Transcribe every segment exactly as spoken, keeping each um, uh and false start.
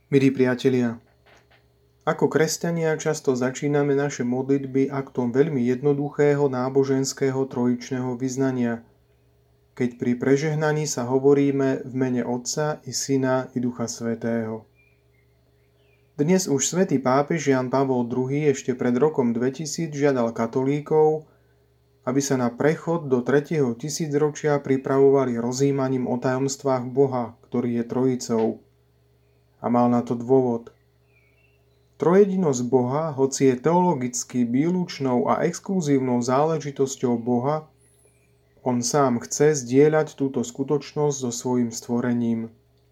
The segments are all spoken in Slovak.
Milí priatelia, ako kresťania často začíname naše modlitby aktom veľmi jednoduchého náboženského trojičného vyznania, keď pri prežehnaní sa hovoríme v mene Otca i Syna i Ducha Svätého. Dnes už svätý pápež Ján Pavol druhý. ešte pred rokom dvetisíc žiadal katolíkov, aby sa na prechod do tretieho tisícročia pripravovali rozjímaním o tajomstvách Boha, ktorý je trojicou. A mal na to dôvod. Trojedinosť Boha, hoci je teologicky výlučnou a exkluzívnou záležitosťou Boha, on sám chce zdieľať túto skutočnosť so svojím stvorením.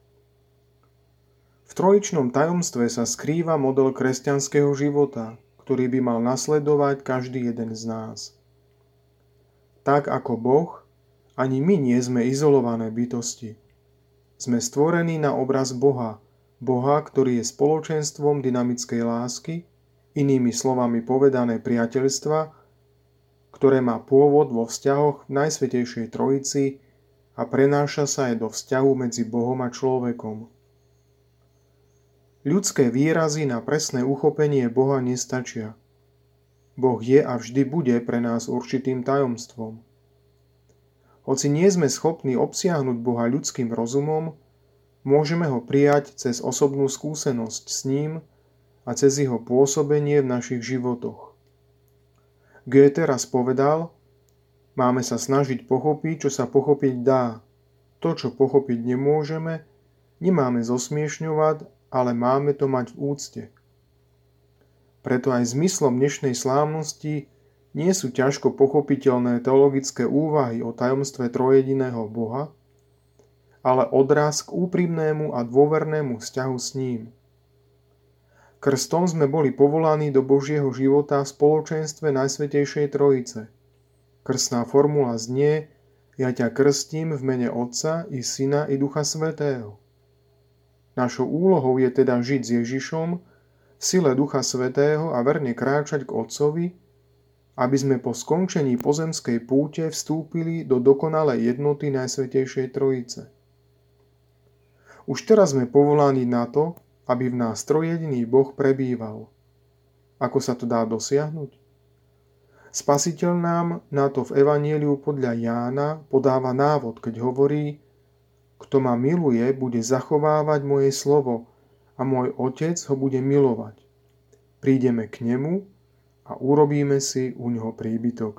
V trojičnom tajomstve sa skrýva model kresťanského života, ktorý by mal nasledovať každý jeden z nás. Tak ako Boh, ani my nie sme izolované bytosti. Sme stvorení na obraz Boha, Boha, ktorý je spoločenstvom dynamickej lásky, inými slovami povedané priateľstva, ktoré má pôvod vo vzťahoch v Najsvätejšej Trojici a prenáša sa aj do vzťahu medzi Bohom a človekom. Ľudské výrazy na presné uchopenie Boha nestačia. Boh je a vždy bude pre nás určitým tajomstvom. Hoci nie sme schopní obsiahnuť Boha ľudským rozumom, môžeme ho prijať cez osobnú skúsenosť s ním a cez jeho pôsobenie v našich životoch. Goethe raz povedal, máme sa snažiť pochopiť, čo sa pochopiť dá. To, čo pochopiť nemôžeme, nemáme zosmiešňovať, ale máme to mať v úcte. Preto aj zmyslom dnešnej slávnosti nie sú ťažko pochopiteľné teologické úvahy o tajomstve trojjediného Boha, ale odraz k úprimnému a dôvernému vzťahu s ním. Krstom sme boli povolaní do Božieho života v spoločenstve Najsvätejšej Trojice. Krstná formula znie: Ja ťa krstím v mene Otca i Syna i Ducha Svätého. Našou úlohou je teda žiť s Ježišom v sile Ducha Svätého a verne kráčať k Otcovi, aby sme po skončení pozemskej púte vstúpili do dokonalej jednoty Najsvätejšej Trojice. Už teraz sme povolaní na to, aby v nás trojjediný Boh prebýval. Ako sa to dá dosiahnuť? Spasiteľ nám na to v Evanjeliu podľa Jána podáva návod, keď hovorí: Kto ma miluje, bude zachovávať moje slovo a môj Otec ho bude milovať. Prídeme k nemu a urobíme si u ňoho príbytok.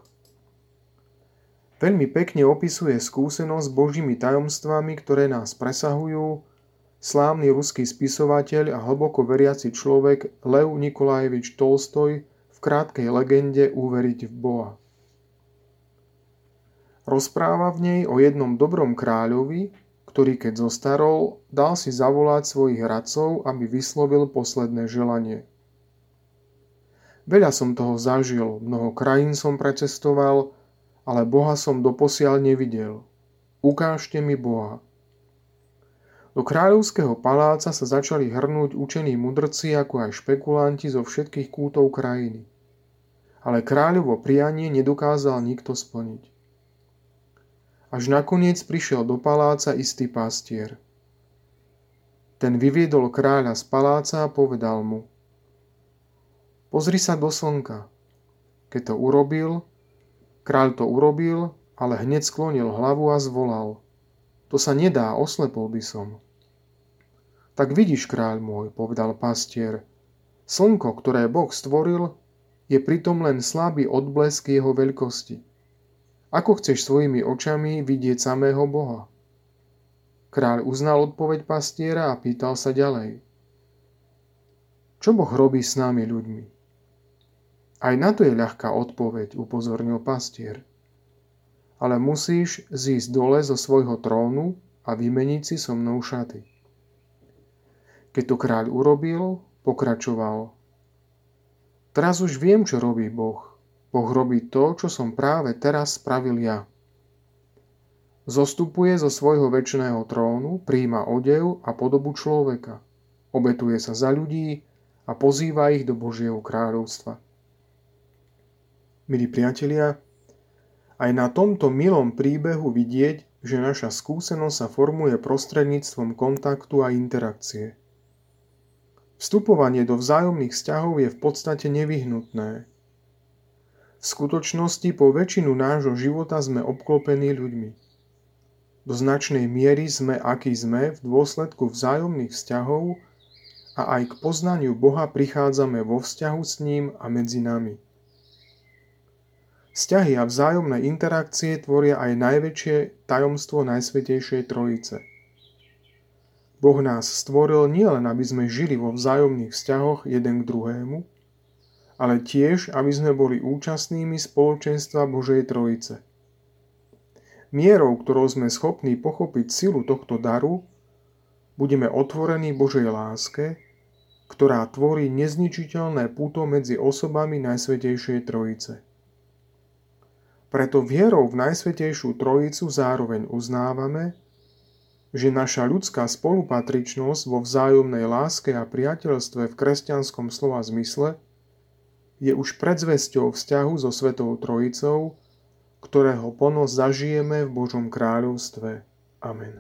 Veľmi pekne opisuje skúsenosť s Božími tajomstvami, ktoré nás presahujú, slávny ruský spisovateľ a hlboko veriaci človek Lev Nikolajevič Tolstoj v krátkej legende Uveriť v Boha. Rozpráva v nej o jednom dobrom kráľovi, ktorý keď zostarol, dal si zavolať svojich radcov, aby vyslovil posledné želanie. Veľa som toho zažil, mnoho krajín som precestoval, ale Boha som doposiaľ nevidel. Ukážte mi Boha. Do kráľovského paláca sa začali hrnúť učení mudrci ako aj špekulanti zo všetkých kútov krajiny. Ale kráľovo prianie nedokázal nikto splniť. Až nakoniec prišiel do paláca istý pastier. Ten vyviedol kráľa z paláca a povedal mu: Pozri sa do slnka. Keď to urobil, kráľ to urobil, ale hneď sklonil hlavu a zvolal: To sa nedá, oslepol by som. Tak vidíš, kráľ môj, povedal pastier, slnko, ktoré Boh stvoril, je pritom len slabý odblesk jeho veľkosti. Ako chceš svojimi očami vidieť samého Boha? Kráľ uznal odpoveď pastiera a pýtal sa ďalej: Čo Boh robí s nami ľuďmi? Aj na to je ľahká odpoveď, upozornil pastier. Ale musíš zísť dole zo svojho trónu a vymeniť si so mnou šaty. Keď to kráľ urobil, pokračoval: Teraz už viem, čo robí Boh. Boh robí to, čo som práve teraz spravil ja. Zostupuje zo svojho večného trónu, prijíma odev a podobu človeka, obetuje sa za ľudí a pozýva ich do Božieho kráľovstva. Milí priatelia, aj na tomto milom príbehu vidieť, že naša skúsenosť sa formuje prostredníctvom kontaktu a interakcie. Vstupovanie do vzájomných vzťahov je v podstate nevyhnutné. V skutočnosti po väčšinu nášho života sme obklopení ľuďmi. Do značnej miery sme, akí sme, v dôsledku vzájomných vzťahov a aj k poznaniu Boha prichádzame vo vzťahu s ním a medzi nami. Vzťahy a vzájomné interakcie tvoria aj najväčšie tajomstvo Najsvätejšej Trojice. Boh nás stvoril nielen, aby sme žili vo vzájomných vzťahoch jeden k druhému, ale tiež, aby sme boli účastnými spoločenstva Božej Trojice. Mierou, ktorou sme schopní pochopiť silu tohto daru, budeme otvorení Božej láske, ktorá tvorí nezničiteľné puto medzi osobami Najsvätejšej Trojice. Preto vierou v Najsvätejšiu Trojicu zároveň uznávame, že naša ľudská spolupatričnosť vo vzájomnej láske a priateľstve v kresťanskom slova zmysle je už predzvesťou vzťahu so Svätou Trojicou, ktorého plnosť zažijeme v Božom kráľovstve. Amen.